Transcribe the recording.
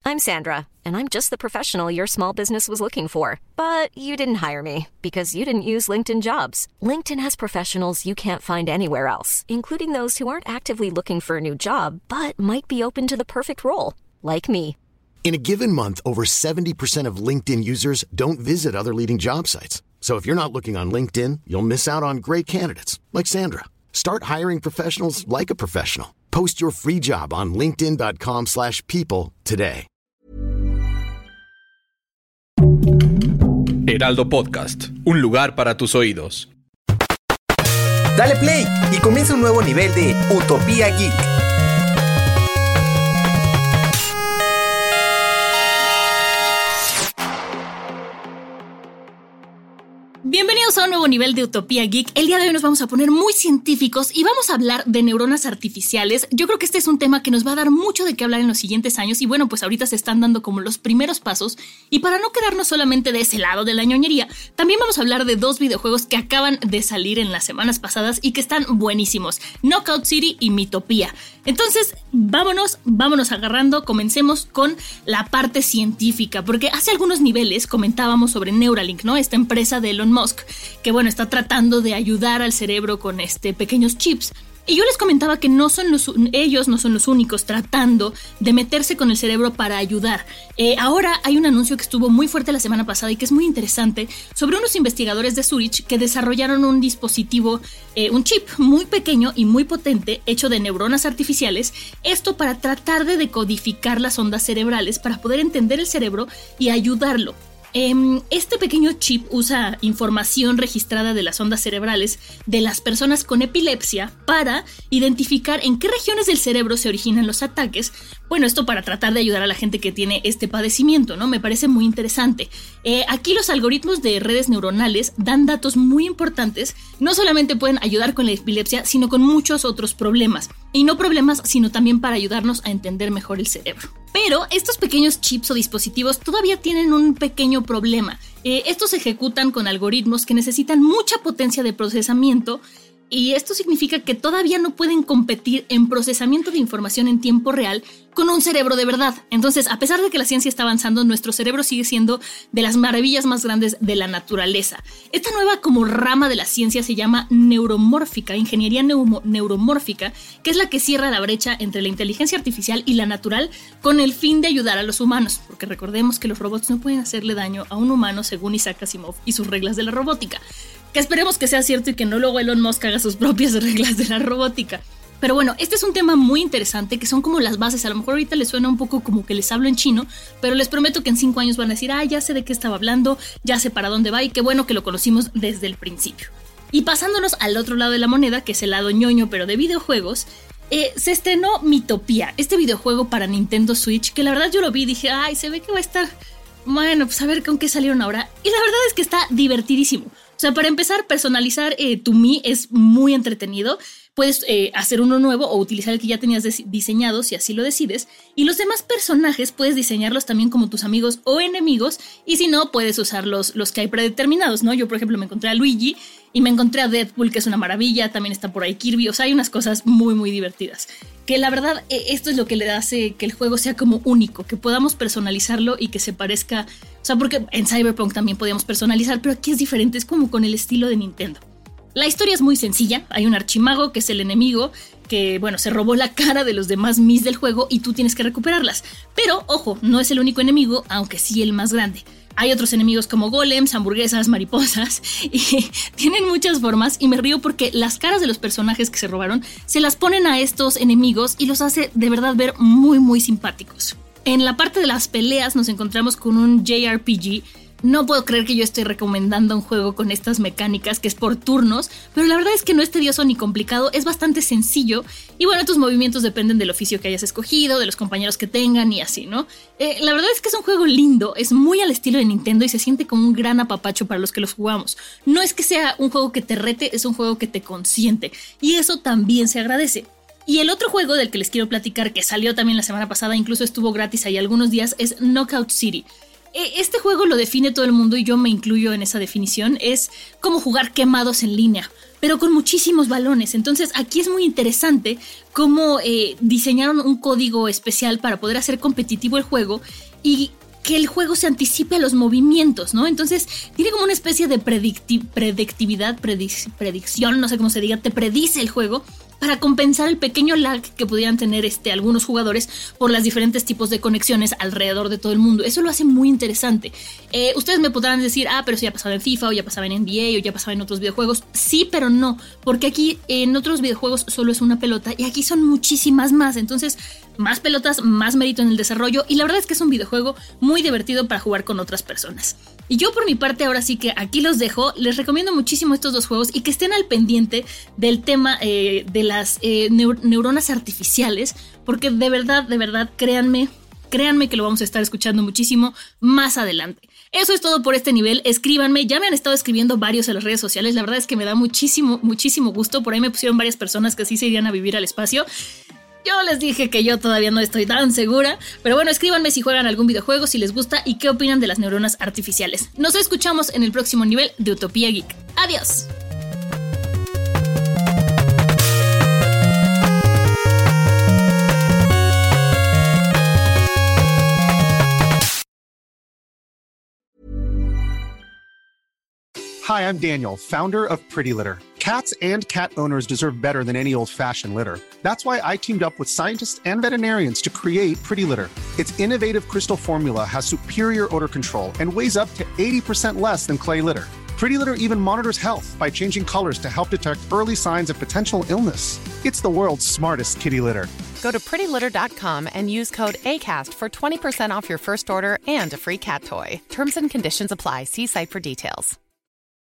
I'm Sandra, and I'm just the professional your small business was looking for. But you didn't hire me because you didn't use LinkedIn Jobs. LinkedIn has professionals you can't find anywhere else, including those who aren't actively looking for a new job, but might be open to the perfect role, like me. In a given month, over 70% of LinkedIn users don't visit other leading job sites. So if you're not looking on LinkedIn, you'll miss out on great candidates like Sandra. Start hiring professionals like a professional. Post your free job on linkedin.com/people today. Heraldo Podcast, un lugar para tus oídos. Dale play y comienza un nuevo nivel de Utopía Geek. Bienvenidos a un nuevo nivel de Utopía Geek. El día de hoy nos vamos a poner muy científicos y vamos a hablar de neuronas artificiales. Yo creo que este es un tema que nos va a dar mucho de qué hablar en los siguientes años y bueno, pues ahorita se están dando como los primeros pasos. Y para no quedarnos solamente de ese lado de la ñoñería, también vamos a hablar de dos videojuegos que acaban de salir en las semanas pasadas y que están buenísimos: Knockout City y Miitopía. Entonces, vámonos agarrando. Comencemos con la parte científica, porque hace algunos niveles comentábamos sobre Neuralink, ¿no? Esta empresa de Elon Musk, que bueno, está tratando de ayudar al cerebro con pequeños chips. Y yo les comentaba que ellos no son los únicos tratando de meterse con el cerebro para ayudar. Ahora hay un anuncio que estuvo muy fuerte la semana pasada y que es muy interesante, sobre unos investigadores de Zurich que desarrollaron un dispositivo, un chip muy pequeño y muy potente hecho de neuronas artificiales. Esto para tratar de decodificar las ondas cerebrales para poder entender el cerebro y ayudarlo. Este pequeño chip usa información registrada de las ondas cerebrales de las personas con epilepsia para identificar en qué regiones del cerebro se originan los ataques. Bueno, esto para tratar de ayudar a la gente que tiene este padecimiento, ¿no? Me parece muy interesante. Aquí los algoritmos de redes neuronales dan datos muy importantes. No solamente pueden ayudar con la epilepsia, sino con muchos otros problemas. Y no problemas, sino también para ayudarnos a entender mejor el cerebro. Pero estos pequeños chips o dispositivos todavía tienen un pequeño problema. Estos se ejecutan con algoritmos que necesitan mucha potencia de procesamiento. Y esto significa que todavía no pueden competir en procesamiento de información en tiempo real con un cerebro de verdad. Entonces, a pesar de que la ciencia está avanzando, nuestro cerebro sigue siendo de las maravillas más grandes de la naturaleza. Esta nueva como rama de la ciencia se llama neuromórfica, ingeniería neuromórfica, que es la que cierra la brecha entre la inteligencia artificial y la natural con el fin de ayudar a los humanos. Porque recordemos que los robots no pueden hacerle daño a un humano según Isaac Asimov y sus reglas de la robótica. Que esperemos que sea cierto y que no luego Elon Musk haga sus propias reglas de la robótica. Pero bueno, este es un tema muy interesante que son como las bases. A lo mejor ahorita les suena un poco como que les hablo en chino, pero les prometo que en 5 años van a decir: ya sé de qué estaba hablando, ya sé para dónde va y qué bueno que lo conocimos desde el principio. Y pasándonos al otro lado de la moneda, que es el lado ñoño pero de videojuegos, se estrenó Miitopía, este videojuego para Nintendo Switch, que la verdad yo lo vi y dije: se ve que va a estar... Bueno, pues a ver con qué salieron ahora. Y la verdad es que está divertidísimo. O sea, para empezar, personalizar tu Mi es muy entretenido. Puedes hacer uno nuevo o utilizar el que ya tenías diseñado si así lo decides. Y los demás personajes puedes diseñarlos también como tus amigos o enemigos. Y si no, puedes usar los que hay predeterminados, ¿no? Yo, por ejemplo, me encontré a Luigi y me encontré a Deadpool, que es una maravilla. También está por ahí Kirby. O sea, hay unas cosas muy, muy divertidas. Que la verdad, esto es lo que le hace que el juego sea como único. Que podamos personalizarlo y que se parezca... O sea, porque en Cyberpunk también podíamos personalizar, pero aquí es diferente. Es como con el estilo de Nintendo. La historia es muy sencilla. Hay un archimago que es el enemigo que, bueno, se robó la cara de los demás Mis del juego y tú tienes que recuperarlas. Pero, ojo, no es el único enemigo, aunque sí el más grande. Hay otros enemigos como golems, hamburguesas, mariposas y tienen muchas formas y me río porque las caras de los personajes que se robaron se las ponen a estos enemigos y los hace de verdad ver muy muy simpáticos. En la parte de las peleas nos encontramos con un JRPG. No puedo creer que yo estoy recomendando un juego con estas mecánicas que es por turnos, pero la verdad es que no es tedioso ni complicado, es bastante sencillo y bueno, tus movimientos dependen del oficio que hayas escogido, de los compañeros que tengan y así, ¿no? La verdad es que es un juego lindo, es muy al estilo de Nintendo y se siente como un gran apapacho para los que los jugamos. No es que sea un juego que te rete, es un juego que te consiente y eso también se agradece. Y el otro juego del que les quiero platicar, que salió también la semana pasada, incluso estuvo gratis ahí algunos días, es Knockout City. Este juego lo define todo el mundo y yo me incluyo en esa definición. Es como jugar quemados en línea, pero con muchísimos balones. Entonces aquí es muy interesante cómo diseñaron un código especial para poder hacer competitivo el juego y que el juego se anticipe a los movimientos, ¿no? Entonces tiene como una especie de predicción, no sé cómo se diga, te predice el juego para compensar el pequeño lag que pudieran tener algunos jugadores por los diferentes tipos de conexiones alrededor de todo el mundo. Eso lo hace muy interesante. Ustedes me podrán decir, pero eso ya pasaba en FIFA, o ya pasaba en NBA, o ya pasaba en otros videojuegos. Sí, pero no, porque aquí en otros videojuegos solo es una pelota y aquí son muchísimas más. Entonces, más pelotas, más mérito en el desarrollo, y la verdad es que es un videojuego muy divertido para jugar con otras personas. Y yo por mi parte ahora sí que aquí los dejo. Les recomiendo muchísimo estos dos juegos y que estén al pendiente del tema de las neuronas artificiales, porque de verdad, créanme que lo vamos a estar escuchando muchísimo más adelante. Eso es todo por este nivel. Escríbanme, ya me han estado escribiendo varios en las redes sociales. La verdad es que me da muchísimo gusto. Por ahí me pusieron varias personas que sí se irían a vivir al espacio. Yo les dije que yo todavía no estoy tan segura, pero bueno, escríbanme si juegan algún videojuego, si les gusta y qué opinan de las neuronas artificiales. Nos escuchamos en el próximo nivel de Utopía Geek. ¡Adiós! Hi, I'm Daniel, founder of Pretty Litter. Cats and cat owners deserve better than any old-fashioned litter. That's why I teamed up with scientists and veterinarians to create Pretty Litter. Its innovative crystal formula has superior odor control and weighs up to 80% less than clay litter. Pretty Litter even monitors health by changing colors to help detect early signs of potential illness. It's the world's smartest kitty litter. Go to prettylitter.com and use code ACAST for 20% off your first order and a free cat toy. Terms and conditions apply. See site for details.